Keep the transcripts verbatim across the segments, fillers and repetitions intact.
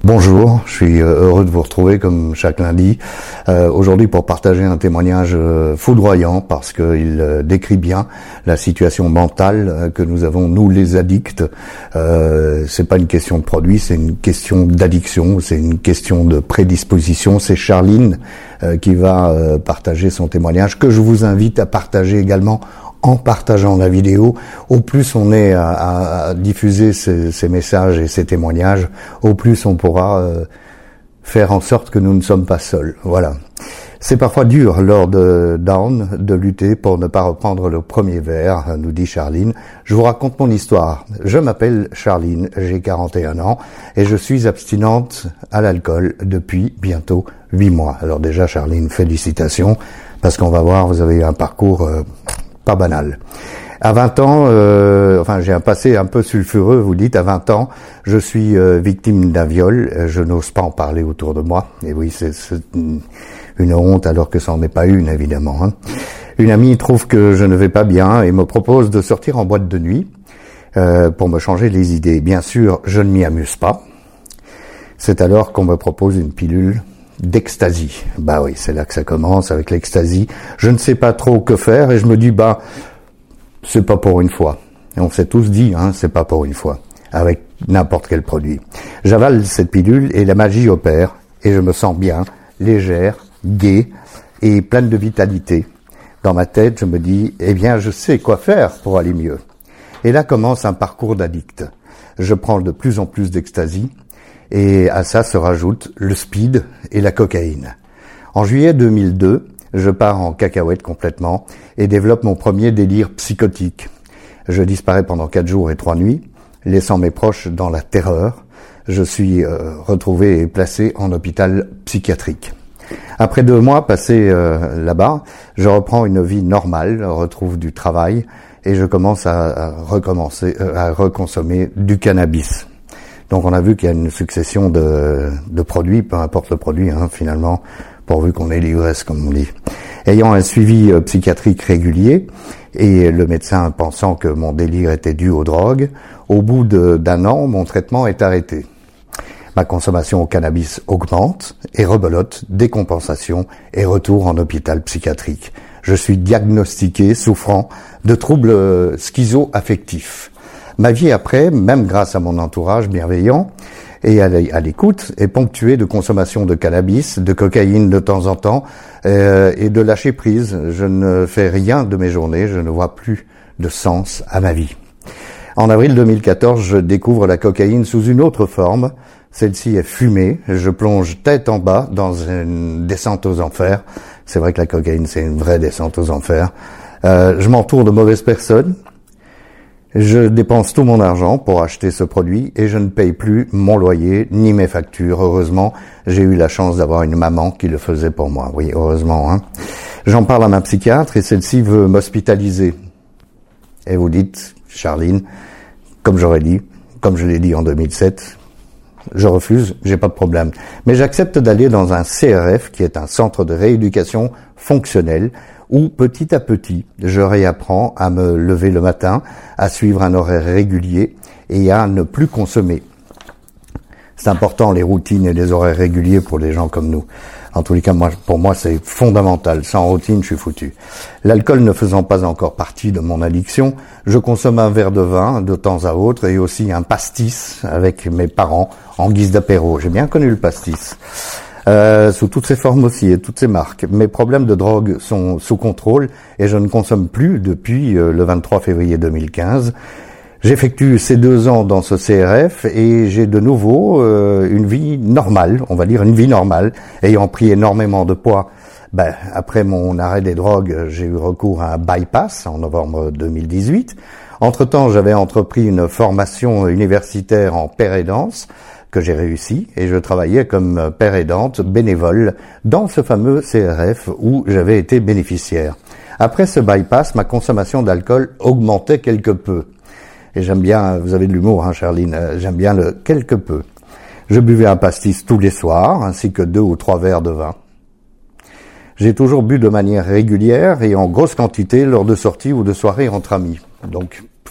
Bonjour, je suis heureux de vous retrouver comme chaque lundi, euh, aujourd'hui pour partager un témoignage foudroyant parce qu'il décrit bien la situation mentale que nous avons, nous les addicts. Euh, c'est pas une question de produit, c'est une question d'addiction, c'est une question de prédisposition. C'est Charline euh, qui va euh, partager son témoignage, que je vous invite à partager également en partageant la vidéo. Au plus on est à, à, à diffuser ces, ces messages et ces témoignages, au plus on pourra euh, faire en sorte que nous ne sommes pas seuls. Voilà. C'est parfois dur lors de Down de lutter pour ne pas reprendre le premier verre, nous dit Charline. Je vous raconte mon histoire. Je m'appelle Charline, j'ai quarante et un ans et je suis abstinente à l'alcool depuis bientôt huit mois. Alors déjà Charline, félicitations, parce qu'on va voir, vous avez eu un parcours euh, pas banal. À vingt ans, euh, enfin j'ai un passé un peu sulfureux, vous dites, à vingt ans, je suis euh, victime d'un viol, je n'ose pas en parler autour de moi, et oui, c'est, c'est une honte alors que ça n'en est pas une, évidemment. Hein. Une amie trouve que je ne vais pas bien et me propose de sortir en boîte de nuit euh, pour me changer les idées. Bien sûr, je ne m'y amuse pas. C'est alors qu'on me propose une pilule d'ecstasy. Bah oui, c'est là que ça commence avec l'ecstasy. Je ne sais pas trop que faire et je me dis, bah, c'est pas pour une fois. Et on s'est tous dit, hein, c'est pas pour une fois. Avec n'importe quel produit. J'avale cette pilule et la magie opère et je me sens bien, légère, gaie et pleine de vitalité. Dans ma tête, je me dis, eh bien, je sais quoi faire pour aller mieux. Et là commence un parcours d'addict. Je prends de plus en plus d'ecstasy. Et à ça se rajoute le speed et la cocaïne. En juillet deux mille deux, je pars en cacahuète complètement et développe mon premier délire psychotique. Je disparais pendant quatre jours et trois nuits, laissant mes proches dans la terreur. Je suis euh, retrouvé et placé en hôpital psychiatrique. Après deux mois passés euh, là-bas, je reprends une vie normale, retrouve du travail et je commence à, à recommencer, euh, à reconsommer du cannabis. Donc on a vu qu'il y a une succession de, de produits, peu importe le produit, hein, finalement, pourvu qu'on ait l'ivresse, comme on dit. Ayant un suivi euh, psychiatrique régulier, et le médecin pensant que mon délire était dû aux drogues, au bout de, d'un an, mon traitement est arrêté. Ma consommation au cannabis augmente, et rebelote, décompensation, et retour en hôpital psychiatrique. Je suis diagnostiqué souffrant de troubles schizo-affectifs. Ma vie après, même grâce à mon entourage bienveillant et à l'écoute, est ponctuée de consommation de cannabis, de cocaïne de temps en temps euh, et de lâcher prise. Je ne fais rien de mes journées, je ne vois plus de sens à ma vie. En avril deux mille quatorze, je découvre la cocaïne sous une autre forme. Celle-ci est fumée. Je plonge tête en bas dans une descente aux enfers. C'est vrai que la cocaïne, c'est une vraie descente aux enfers. Euh, je m'entoure de mauvaises personnes. Je dépense tout mon argent pour acheter ce produit et je ne paye plus mon loyer ni mes factures. Heureusement, j'ai eu la chance d'avoir une maman qui le faisait pour moi. Oui, heureusement. Hein. J'en parle à ma psychiatre et celle-ci veut m'hospitaliser. Et vous dites, Charline, comme j'aurais dit, comme je l'ai dit en deux mille sept, je refuse, j'ai pas de problème. Mais j'accepte d'aller dans un C R F qui est un centre de rééducation fonctionnelle où petit à petit, je réapprends à me lever le matin, à suivre un horaire régulier et à ne plus consommer. C'est important, les routines et les horaires réguliers pour les gens comme nous. En tous les cas, moi, pour moi, c'est fondamental. Sans routine, je suis foutu. L'alcool ne faisant pas encore partie de mon addiction, je consomme un verre de vin de temps à autre et aussi un pastis avec mes parents en guise d'apéro. J'ai bien connu le pastis. Euh, sous toutes ses formes aussi et toutes ses marques. Mes problèmes de drogue sont sous contrôle et je ne consomme plus depuis euh, le vingt-trois février deux mille quinze. J'effectue ces deux ans dans ce C R F et j'ai de nouveau euh, une vie normale, on va dire une vie normale, ayant pris énormément de poids. Ben, après mon arrêt des drogues, j'ai eu recours à un bypass en novembre deux mille dix-huit. Entre-temps, j'avais entrepris une formation universitaire en père aidance que j'ai réussi et je travaillais comme père aidante bénévole dans ce fameux C R F où j'avais été bénéficiaire. Après ce bypass, ma consommation d'alcool augmentait quelque peu. Et j'aime bien, vous avez de l'humour, hein, Charline, j'aime bien le quelque peu. Je buvais un pastis tous les soirs, ainsi que deux ou trois verres de vin. J'ai toujours bu de manière régulière et en grosse quantité lors de sorties ou de soirées entre amis. Donc,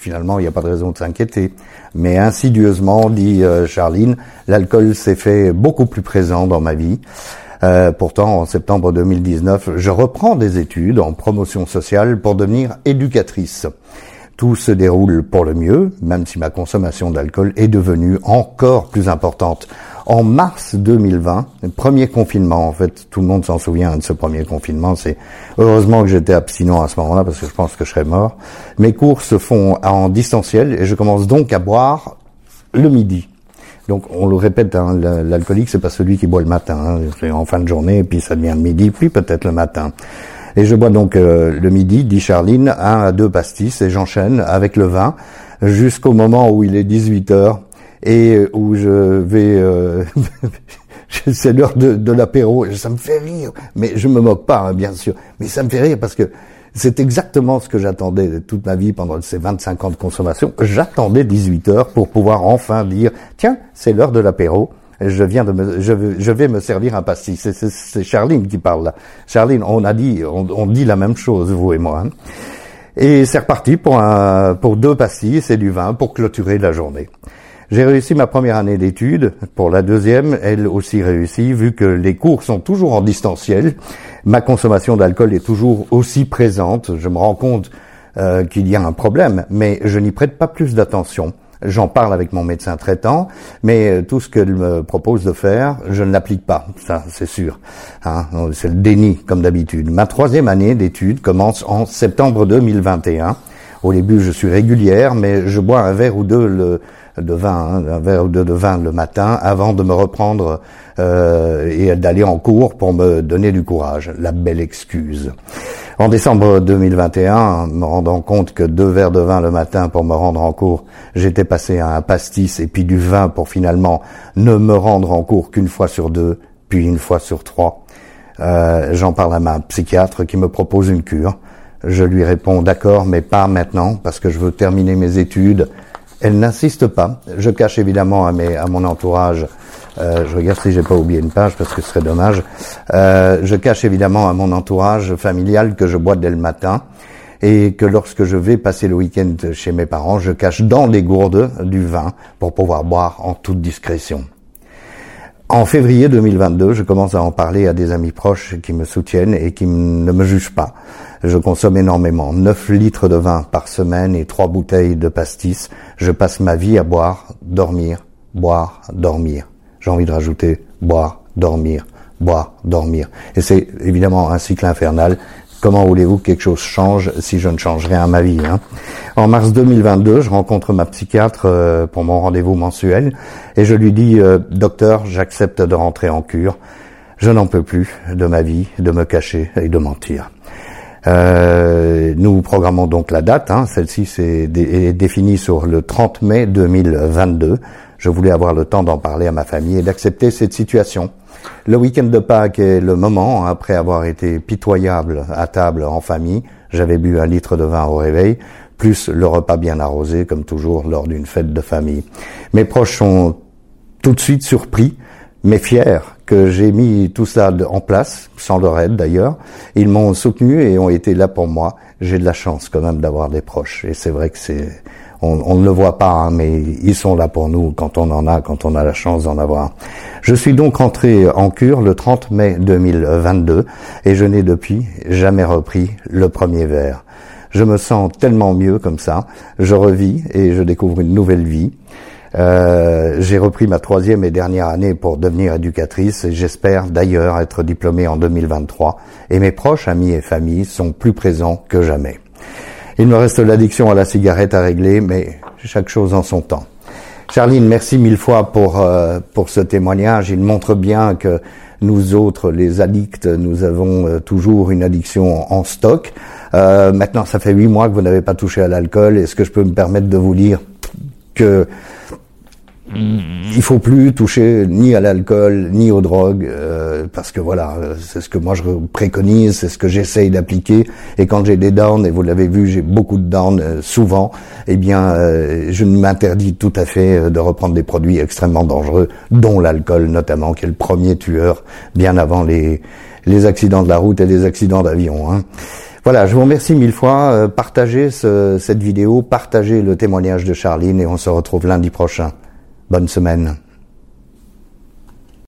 finalement, il n'y a pas de raison de s'inquiéter. Mais insidieusement, dit euh, Charline, l'alcool s'est fait beaucoup plus présent dans ma vie. Euh, pourtant, en septembre deux mille dix-neuf, je reprends des études en promotion sociale pour devenir éducatrice. Tout se déroule pour le mieux, même si ma consommation d'alcool est devenue encore plus importante. En mars deux mille vingt, le premier confinement, en fait, tout le monde s'en souvient de ce premier confinement, c'est heureusement que j'étais abstinent à ce moment-là parce que je pense que je serais mort. Mes cours se font en distanciel et je commence donc à boire le midi. Donc on le répète, hein, l'alcoolique c'est pas celui qui boit le matin, hein, c'est en fin de journée, puis ça devient le midi, puis peut-être le matin. Et je bois donc euh, le midi, dit Charline, un à deux pastis, et j'enchaîne avec le vin jusqu'au moment où il est dix-huit heures et où je vais... Euh, c'est l'heure de, de l'apéro, et ça me fait rire, mais je me moque pas, hein, bien sûr, mais ça me fait rire parce que c'est exactement ce que j'attendais toute ma vie pendant ces vingt-cinq ans de consommation. J'attendais dix-huit heures pour pouvoir enfin dire « Tiens, c'est l'heure de l'apéro. Je viens de me, je, je vais me servir un pastis. » C'est, c'est, c'est Charline qui parle là. Charline, on a dit, on, on dit la même chose, vous et moi. Hein. Et c'est reparti pour un, pour deux pastis et du vin pour clôturer la journée. J'ai réussi ma première année d'études. Pour la deuxième, elle aussi réussit, vu que les cours sont toujours en distanciel. Ma consommation d'alcool est toujours aussi présente. Je me rends compte euh, qu'il y a un problème, mais je n'y prête pas plus d'attention. J'en parle avec mon médecin traitant, mais tout ce qu'elle me propose de faire, je ne l'applique pas, ça c'est sûr. Hein, c'est le déni, comme d'habitude. Ma troisième année d'études commence en septembre deux mille vingt et un. Au début, je suis régulière, mais je bois un verre ou deux le, de vin, hein, un verre ou deux de vin le matin, avant de me reprendre euh, et d'aller en cours pour me donner du courage. La belle excuse. En décembre deux mille vingt et un, me rendant compte que deux verres de vin le matin pour me rendre en cours, j'étais passé à un pastis et puis du vin pour finalement ne me rendre en cours qu'une fois sur deux, puis une fois sur trois. Euh, j'en parle à ma psychiatre qui me propose une cure. Je lui réponds d'accord, mais pas maintenant, parce que je veux terminer mes études. Elle n'insiste pas. Je cache évidemment à, mes, à mon entourage, euh, je regarde si j'ai pas oublié une page, parce que ce serait dommage, euh, je cache évidemment à mon entourage familial que je bois dès le matin, et que lorsque je vais passer le week-end chez mes parents, je cache dans les gourdes du vin pour pouvoir boire en toute discrétion. En février deux mille vingt-deux, je commence à en parler à des amis proches qui me soutiennent et qui ne me jugent pas. Je consomme énormément, neuf litres de vin par semaine et trois bouteilles de pastis. Je passe ma vie à boire, dormir, boire, dormir. J'ai envie de rajouter boire, dormir, boire, dormir. Et c'est évidemment un cycle infernal. Comment voulez-vous que quelque chose change si je ne change rien à ma vie, hein? En mars deux mille vingt-deux, je rencontre ma psychiatre euh, pour mon rendez-vous mensuel et je lui dis euh, « Docteur, j'accepte de rentrer en cure. Je n'en peux plus de ma vie, de me cacher et de mentir. » Euh, nous programmons donc la date, hein, celle-ci c'est dé- est définie sur le trente mai deux mille vingt-deux. Je voulais avoir le temps d'en parler à ma famille et d'accepter cette situation. Le week-end de Pâques est le moment, après avoir été pitoyable à table en famille. J'avais bu un litre de vin au réveil, plus le repas bien arrosé, comme toujours lors d'une fête de famille. Mes proches sont tout de suite surpris, mais fiers que j'ai mis tout ça en place, sans leur aide d'ailleurs. Ils m'ont soutenu et ont été là pour moi. J'ai de la chance quand même d'avoir des proches. Et c'est vrai que c'est, on, on ne le voit pas, hein, mais ils sont là pour nous quand on en a, quand on a la chance d'en avoir. Je suis donc rentré en cure le trente mai deux mille vingt-deux et je n'ai depuis jamais repris le premier verre. Je me sens tellement mieux comme ça. Je revis et je découvre une nouvelle vie. Euh, j'ai repris ma troisième et dernière année pour devenir éducatrice et j'espère d'ailleurs être diplômée en deux mille vingt-trois et mes proches, amis et familles sont plus présents que jamais. Il me reste l'addiction à la cigarette à régler, mais chaque chose en son temps. Charline, merci mille fois pour euh, pour ce témoignage. Il montre bien que nous autres, les addicts, nous avons euh, toujours une addiction en stock. Euh, maintenant, ça fait huit mois que vous n'avez pas touché à l'alcool. Est-ce que je peux me permettre de vous dire que il faut plus toucher ni à l'alcool ni aux drogues euh, parce que voilà, c'est ce que moi je préconise, c'est ce que j'essaye d'appliquer. Et quand j'ai des downs, et vous l'avez vu, j'ai beaucoup de downs euh, souvent, eh bien euh, je m'interdis tout à fait de reprendre des produits extrêmement dangereux, dont l'alcool notamment, qui est le premier tueur bien avant les les accidents de la route et les accidents d'avion, hein. Voilà, je vous remercie mille fois. Euh, partagez ce, cette vidéo, partagez le témoignage de Charline et on se retrouve lundi prochain. Bonne semaine.